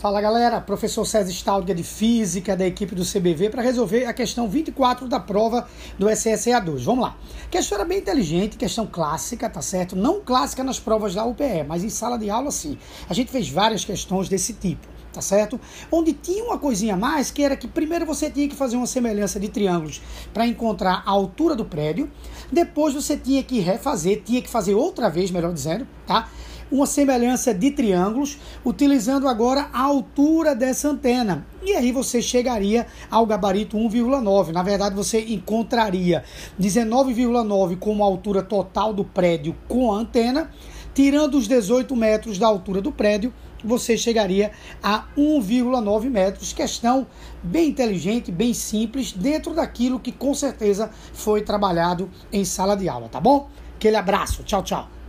Fala galera, professor César Staudinger de Física da equipe do CBV para resolver a questão 24 da prova do SSEA2. Vamos lá. A questão era bem inteligente, questão clássica, tá certo? Não clássica nas provas da UPE, mas em sala de aula sim. A gente fez várias questões desse tipo, tá certo? Onde tinha uma coisinha a mais, que era que primeiro você tinha que fazer uma semelhança de triângulos para encontrar a altura do prédio, depois você tinha que fazer outra vez, melhor dizendo, tá? Uma semelhança de triângulos, utilizando agora a altura dessa antena. E aí você chegaria ao gabarito 1,9. Na verdade, você encontraria 19,9 como a altura total do prédio com a antena. Tirando os 18 metros da altura do prédio, você chegaria a 1,9 metros. Questão bem inteligente, bem simples, dentro daquilo que com certeza foi trabalhado em sala de aula, tá bom? Aquele abraço, tchau, tchau.